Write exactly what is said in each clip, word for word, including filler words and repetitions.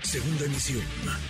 Segunda emisión.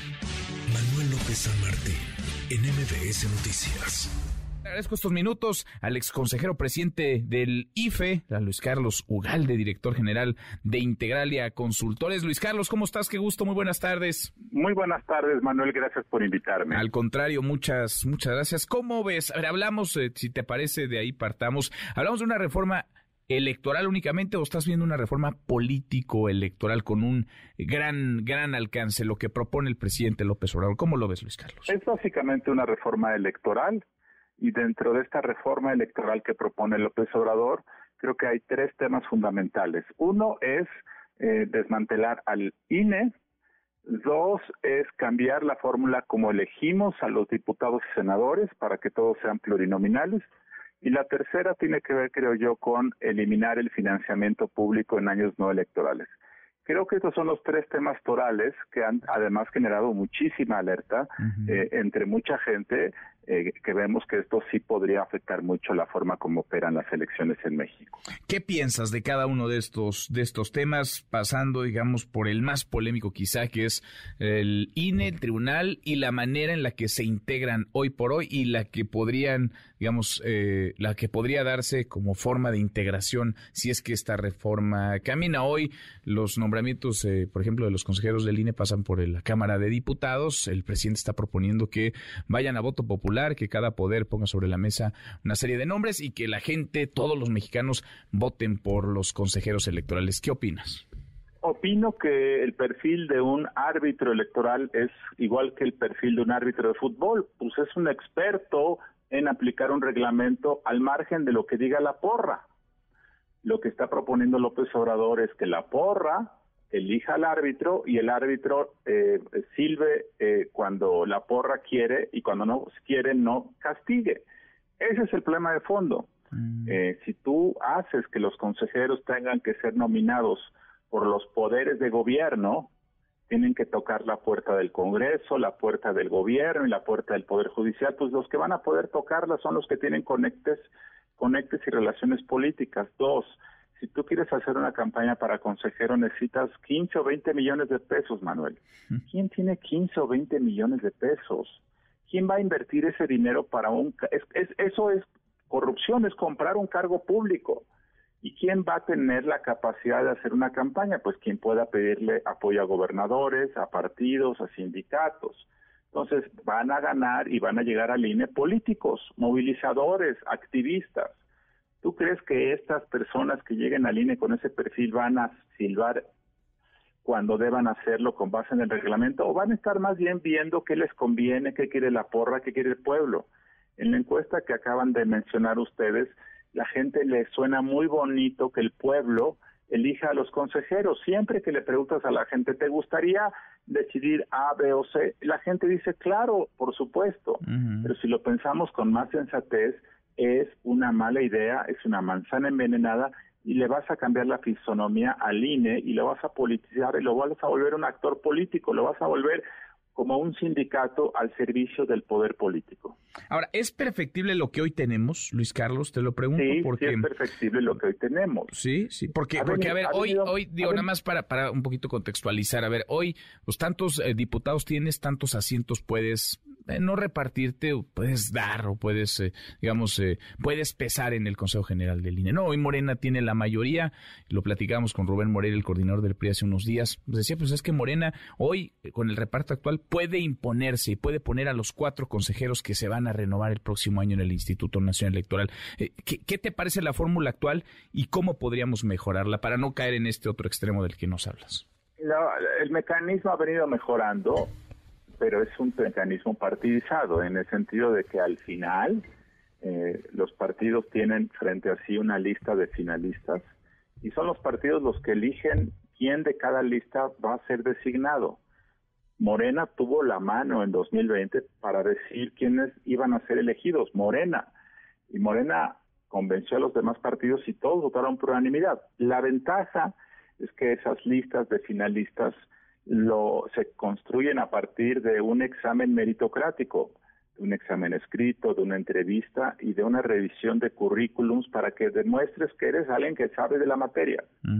Manuel López San Martín, en M B S Noticias. Agradezco estos minutos al exconsejero presidente del I F E, a Luis Carlos Ugalde, director general de Integralia Consultores. Luis Carlos, ¿cómo estás? Qué gusto, muy buenas tardes. Muy buenas tardes, Manuel, gracias por invitarme. Al contrario, muchas, muchas gracias. ¿Cómo ves? A ver, hablamos, eh, si te parece, de ahí partamos. ¿Hablamos de una reforma electoral únicamente o estás viendo una reforma político-electoral con un gran, gran alcance, lo que propone el presidente López Obrador? ¿Cómo lo ves, Luis Carlos? Es básicamente una reforma electoral. Y dentro de esta reforma electoral que propone López Obrador, creo que hay tres temas fundamentales. Uno es eh, desmantelar al I N E. Dos es cambiar la fórmula como elegimos a los diputados y senadores para que todos sean plurinominales. Y la tercera tiene que ver, creo yo, con eliminar el financiamiento público en años no electorales. Creo que estos son los tres temas torales que han además generado muchísima alerta uh-huh. eh, entre mucha gente, eh, que vemos que esto sí podría afectar mucho la forma como operan las elecciones en México. ¿Qué piensas de cada uno de estos de estos temas, pasando, digamos, por el más polémico quizá, que es el I N E, el tribunal, y la manera en la que se integran hoy por hoy y la que podrían, digamos, eh, la que podría darse como forma de integración si es que esta reforma camina hoy? Los nombramientos, eh, por ejemplo, de los consejeros del I N E pasan por la Cámara de Diputados. El presidente está proponiendo que vayan a voto popular, que cada poder ponga sobre la mesa una serie de nombres y que la gente, todos los mexicanos, voten por los consejeros electorales. ¿Qué opinas? Opino que el perfil de un árbitro electoral es igual que el perfil de un árbitro de fútbol, pues es un experto en aplicar un reglamento al margen de lo que diga la porra. Lo que está proponiendo López Obrador es que la porra elija al árbitro y el árbitro eh, silbe eh, cuando la porra quiere y cuando no quiere no castigue. Ese es el problema de fondo. Mm. Eh, si tú haces que los consejeros tengan que ser nominados por los poderes de gobierno, tienen que tocar la puerta del Congreso, la puerta del gobierno y la puerta del Poder Judicial, pues los que van a poder tocarla son los que tienen conectes, conectes y relaciones políticas. Dos, si tú quieres hacer una campaña para consejero, necesitas quince o veinte millones de pesos, Manuel. ¿Quién tiene quince o veinte millones de pesos? ¿Quién va a invertir ese dinero para un... Es, es, eso es corrupción, es comprar un cargo público. ¿Y quién va a tener la capacidad de hacer una campaña? Pues quien pueda pedirle apoyo a gobernadores, a partidos, a sindicatos. Entonces van a ganar y van a llegar al I N E políticos, movilizadores, activistas. ¿Tú crees que estas personas que lleguen al I N E con ese perfil van a silbar cuando deban hacerlo con base en el reglamento? ¿O van a estar más bien viendo qué les conviene, qué quiere la porra, qué quiere el pueblo? En la encuesta que acaban de mencionar ustedes, la gente le suena muy bonito que el pueblo elija a los consejeros. Siempre que le preguntas a la gente, ¿te gustaría decidir A, B o C? La gente dice, claro, por supuesto. Uh-huh. Pero si lo pensamos con más sensatez, es una mala idea, es una manzana envenenada y le vas a cambiar la fisonomía al I N E y lo vas a politizar y lo vas a volver un actor político, lo vas a volver como un sindicato al servicio del poder político. Ahora, ¿es perfectible lo que hoy tenemos, Luis Carlos? Te lo pregunto sí, porque... Sí, es perfectible lo que hoy tenemos. Sí, sí, porque, porque a ver, hoy, hoy digo, nada más para, para un poquito contextualizar, a ver, hoy, pues tantos eh, diputados tienes, tantos asientos puedes... Eh, no repartirte, o puedes dar, o puedes, eh, digamos, eh, puedes pesar en el Consejo General del I N E. No, hoy Morena tiene la mayoría, lo platicamos con Rubén Moreira, el coordinador del P R I hace unos días, pues decía, pues es que Morena hoy, eh, con el reparto actual, puede imponerse y puede poner a los cuatro consejeros que se van a renovar el próximo año en el Instituto Nacional Electoral. Eh, ¿qué, ¿Qué te parece la fórmula actual y cómo podríamos mejorarla para no caer en este otro extremo del que nos hablas? La, el mecanismo ha venido mejorando, pero es un mecanismo partidizado, en el sentido de que al final eh, los partidos tienen frente a sí una lista de finalistas y son los partidos los que eligen quién de cada lista va a ser designado. Morena tuvo la mano en dos mil veinte para decir quiénes iban a ser elegidos, Morena, y Morena convenció a los demás partidos y todos votaron por unanimidad. La ventaja es que esas listas de finalistas lo se construyen a partir de un examen meritocrático, de un examen escrito, de una entrevista y de una revisión de currículums para que demuestres que eres alguien que sabe de la materia. Uh-huh.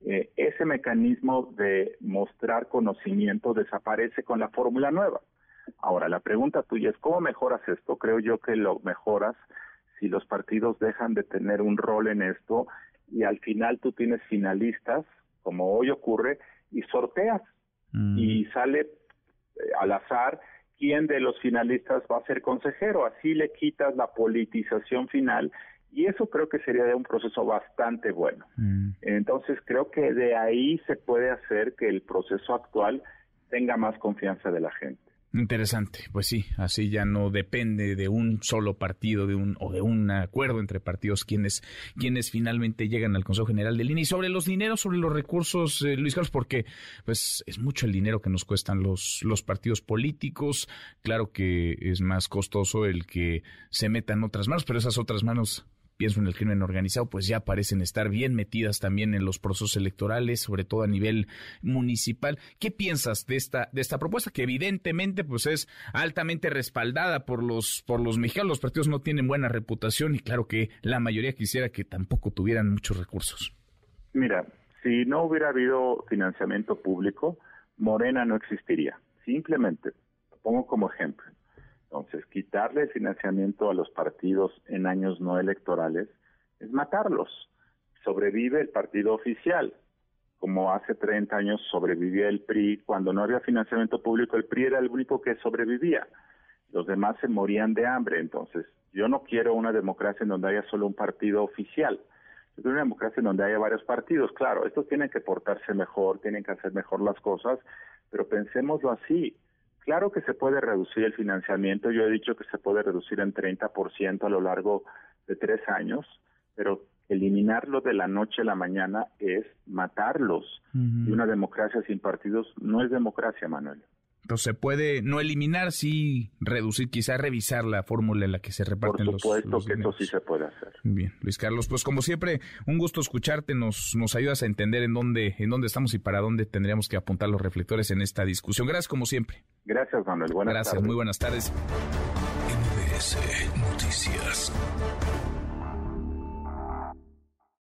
eh, ese mecanismo de mostrar conocimiento desaparece con la fórmula nueva. Ahora, la pregunta tuya es, ¿cómo mejoras esto? Creo yo que lo mejoras si los partidos dejan de tener un rol en esto y al final tú tienes finalistas, como hoy ocurre, y sorteas mm. y sale eh, al azar quién de los finalistas va a ser consejero. Así le quitas la politización final y eso creo que sería de un proceso bastante bueno. Mm. Entonces creo que de ahí se puede hacer que el proceso actual tenga más confianza de la gente. Interesante, pues sí, así ya no depende de un solo partido de un o de un acuerdo entre partidos quienes quienes finalmente llegan al Consejo General del I N E. Y sobre los dineros, sobre los recursos, eh, Luis Carlos, porque pues es mucho el dinero que nos cuestan los los partidos políticos. Claro que es más costoso el que se metan otras manos, pero esas otras manos, pienso en el crimen organizado, pues ya parecen estar bien metidas también en los procesos electorales, sobre todo a nivel municipal. ¿Qué piensas de esta de esta propuesta que evidentemente pues es altamente respaldada por los por los mexicanos? Los partidos no tienen buena reputación y claro que la mayoría quisiera que tampoco tuvieran muchos recursos. Mira, si no hubiera habido financiamiento público, Morena no existiría. Simplemente, lo pongo como ejemplo. Entonces, quitarle el financiamiento a los partidos en años no electorales es matarlos. Sobrevive el partido oficial, como hace treinta años sobrevivía el P R I. Cuando no había financiamiento público, el P R I era el único que sobrevivía. Los demás se morían de hambre. Entonces, yo no quiero una democracia en donde haya solo un partido oficial. Yo quiero una democracia en donde haya varios partidos. Claro, estos tienen que portarse mejor, tienen que hacer mejor las cosas, pero pensémoslo así. Claro que se puede reducir el financiamiento, yo he dicho que se puede reducir en treinta por ciento a lo largo de tres años, pero eliminarlo de la noche a la mañana es matarlos. Uh-huh. Y una democracia sin partidos no es democracia, Manuel. Entonces se puede no eliminar, sí reducir, quizás revisar la fórmula en la que se reparten los Por supuesto los que dineros. Eso sí se puede hacer. Bien, Luis Carlos, pues como siempre, un gusto escucharte, nos nos ayudas a entender en dónde en dónde estamos y para dónde tendríamos que apuntar los reflectores en esta discusión. Gracias como siempre. Gracias, Manuel. Buenas Gracias, tardes. Muy buenas tardes. M B S Noticias.